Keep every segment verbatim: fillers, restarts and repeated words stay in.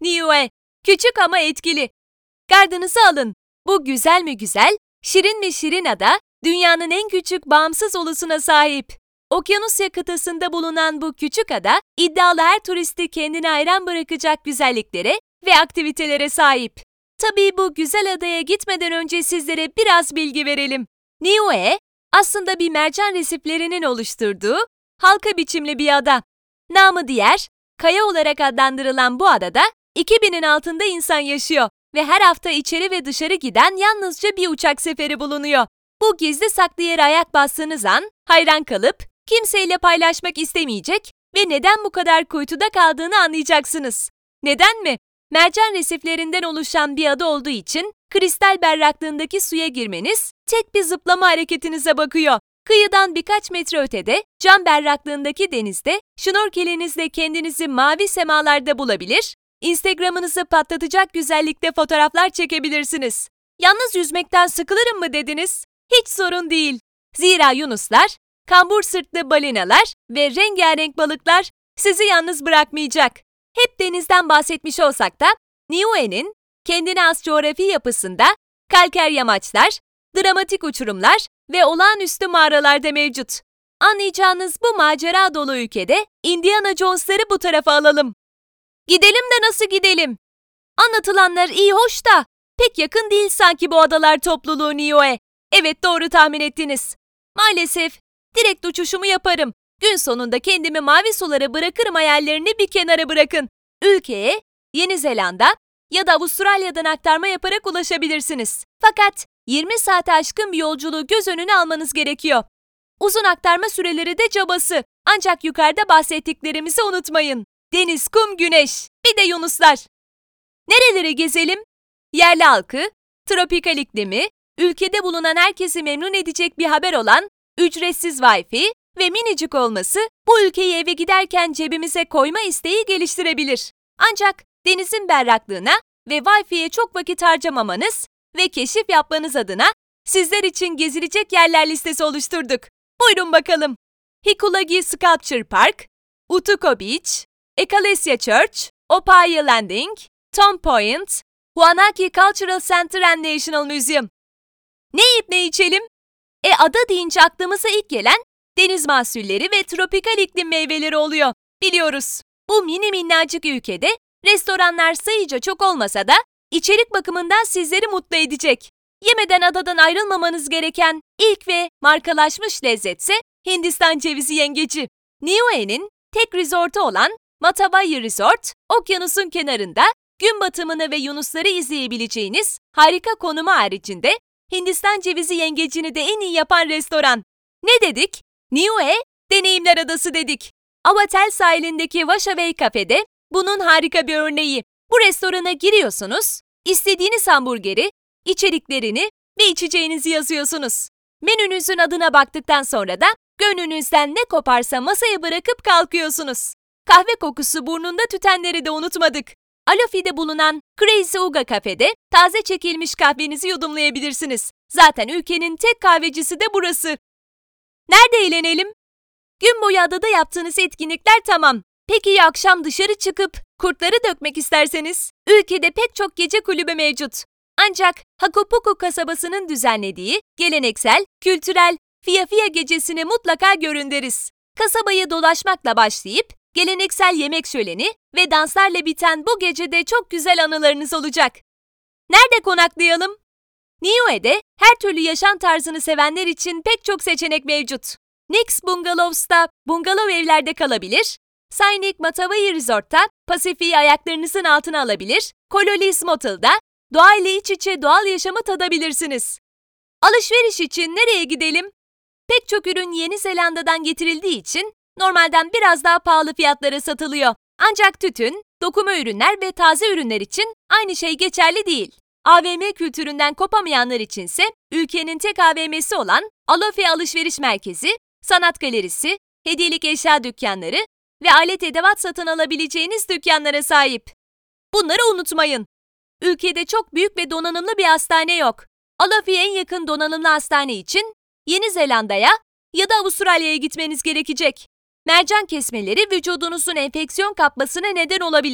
Niue, küçük ama etkili. Gardınızı alın. Bu güzel mi güzel, şirin mi şirin ada, dünyanın en küçük bağımsız ulusuna sahip. Okyanusya kıtasında bulunan bu küçük ada, iddialı her turisti kendine hayran bırakacak güzelliklere ve aktivitelere sahip. Tabii bu güzel adaya gitmeden önce sizlere biraz bilgi verelim. Niue, aslında bir mercan resiflerinin oluşturduğu halka biçimli bir ada. Namı diğer, kaya olarak adlandırılan bu adada iki binin altında insan yaşıyor ve her hafta içeri ve dışarı giden yalnızca bir uçak seferi bulunuyor. Bu gizli saklı yere ayak bastığınız an hayran kalıp kimseyle paylaşmak istemeyecek ve neden bu kadar kuytuda kaldığını anlayacaksınız. Neden mi? Mercan resiflerinden oluşan bir ada olduğu için kristal berraklığındaki suya girmeniz tek bir zıplama hareketinize bakıyor. Kıyıdan birkaç metre ötede, cam berraklığındaki denizde şnorkelinizle kendinizi mavi semalarda bulabilir, Instagram'ınızı patlatacak güzellikte fotoğraflar çekebilirsiniz. Yalnız yüzmekten sıkılırım mı dediniz? Hiç sorun değil. Zira yunuslar, kambur sırtlı balinalar ve rengarenk balıklar sizi yalnız bırakmayacak. Hep denizden bahsetmiş olsak da, Niue'nin kendine has coğrafi yapısında kalker yamaçlar, dramatik uçurumlar ve olağanüstü mağaralar da mevcut. Anlayacağınız bu macera dolu ülkede Indiana Jones'ları bu tarafa alalım. Gidelim de nasıl gidelim? Anlatılanlar iyi hoş da pek yakın değil sanki bu adalar topluluğu Niue. Evet, doğru tahmin ettiniz. Maalesef direkt uçuşumu yaparım. Gün sonunda kendimi mavi sulara bırakırım hayallerini bir kenara bırakın. Ülkeye Yeni Zelanda ya da Avustralya'dan aktarma yaparak ulaşabilirsiniz. Fakat yirmi saate aşkın bir yolculuğu göz önüne almanız gerekiyor. Uzun aktarma süreleri de cabası. Ancak yukarıda bahsettiklerimizi unutmayın. Deniz, kum, güneş, bir de yunuslar. Nereleri gezelim? Yerli halkı, tropikal iklimi, ülkede bulunan herkesi memnun edecek bir haber olan ücretsiz Wi-Fi ve minicik olması bu ülkeyi eve giderken cebimize koyma isteği geliştirebilir. Ancak denizin berraklığına ve Wi-Fi'ye çok vakit harcamamanız ve keşif yapmanız adına sizler için gezilecek yerler listesi oluşturduk. Buyurun bakalım. Hikulagi Sculpture Park, Utuko Beach, Ecclesia Church, Opaia Landing, Tom Point, Huanaki Cultural Center and National Museum. Ne yiyip ne içelim? E ada deyince aklımıza ilk gelen deniz mahsulleri ve tropikal iklim meyveleri oluyor. Biliyoruz. Bu mini minnacık ülkede restoranlar sayıca çok olmasa da içerik bakımından sizleri mutlu edecek. Yemeden adadan ayrılmamanız gereken ilk ve markalaşmış lezzetse Hindistan cevizi yengeci. Niue'nin tek resortu olan Matavai Resort, okyanusun kenarında gün batımını ve yunusları izleyebileceğiniz harika konumu haricinde Hindistan cevizi yengecini de en iyi yapan restoran. Ne dedik? Niue, deneyimler adası dedik. Avatel sahilindeki Washaway Cafe'de bunun harika bir örneği. Bu restorana giriyorsunuz, istediğiniz hamburgeri, içeriklerini ve içeceğinizi yazıyorsunuz. Menünüzün adına baktıktan sonra da gönlünüzden ne koparsa masaya bırakıp kalkıyorsunuz. Kahve kokusu burnunda tütenleri de unutmadık. Alofi'de bulunan Crazy Uga Cafe'de taze çekilmiş kahvenizi yudumlayabilirsiniz. Zaten ülkenin tek kahvecisi de burası. Nerede eğlenelim? Gün boyu adada yaptığınız etkinlikler tamam. Peki ya akşam dışarı çıkıp kurtları dökmek isterseniz? Ülkede pek çok gece kulübü mevcut. Ancak Hakupuku kasabasının düzenlediği geleneksel, kültürel Fia Fia gecesini mutlaka görün deriz. Kasabayı dolaşmakla başlayıp geleneksel yemek şöleni ve danslarla biten bu gecede çok güzel anılarınız olacak. Nerede konaklayalım? Niue'de her türlü yaşam tarzını sevenler için pek çok seçenek mevcut. Nix Bungalovs'ta bungalov evlerde kalabilir, Sainik Matavai Resort'ta Pasifik'i ayaklarınızın altına alabilir, Kololis Motel'da doğayla iç içe doğal yaşamı tadabilirsiniz. Alışveriş için nereye gidelim? Pek çok ürün Yeni Zelanda'dan getirildiği için normalden biraz daha pahalı fiyatlara satılıyor. Ancak tütün, dokuma ürünler ve taze ürünler için aynı şey geçerli değil. A V M kültüründen kopamayanlar içinse ülkenin tek A V M'si olan Alofi Alışveriş Merkezi, sanat galerisi, hediyelik eşya dükkanları ve alet edevat satın alabileceğiniz dükkanlara sahip. Bunları unutmayın. Ülkede çok büyük ve donanımlı bir hastane yok. Alofi'ye en yakın donanımlı hastane için Yeni Zelanda'ya ya da Avustralya'ya gitmeniz gerekecek. Mercan kesmeleri vücudunuzun enfeksiyon kapmasına neden olabilir.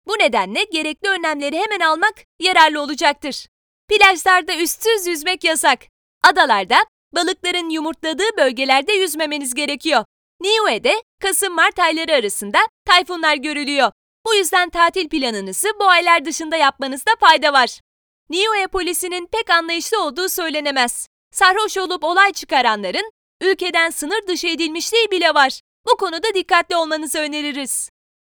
Bu nedenle gerekli önlemleri hemen almak yararlı olacaktır. Plajlarda üstsüz yüzmek yasak. Adalarda balıkların yumurtladığı bölgelerde yüzmemeniz gerekiyor. Niue'de Kasım-Mart ayları arasında tayfunlar görülüyor. Bu yüzden tatil planınızı bu aylar dışında yapmanızda fayda var. Niue polisinin pek anlayışlı olduğu söylenemez. Sarhoş olup olay çıkaranların ülkeden sınır dışı edilmişliği bile var. Bu konuda dikkatli olmanızı öneririz.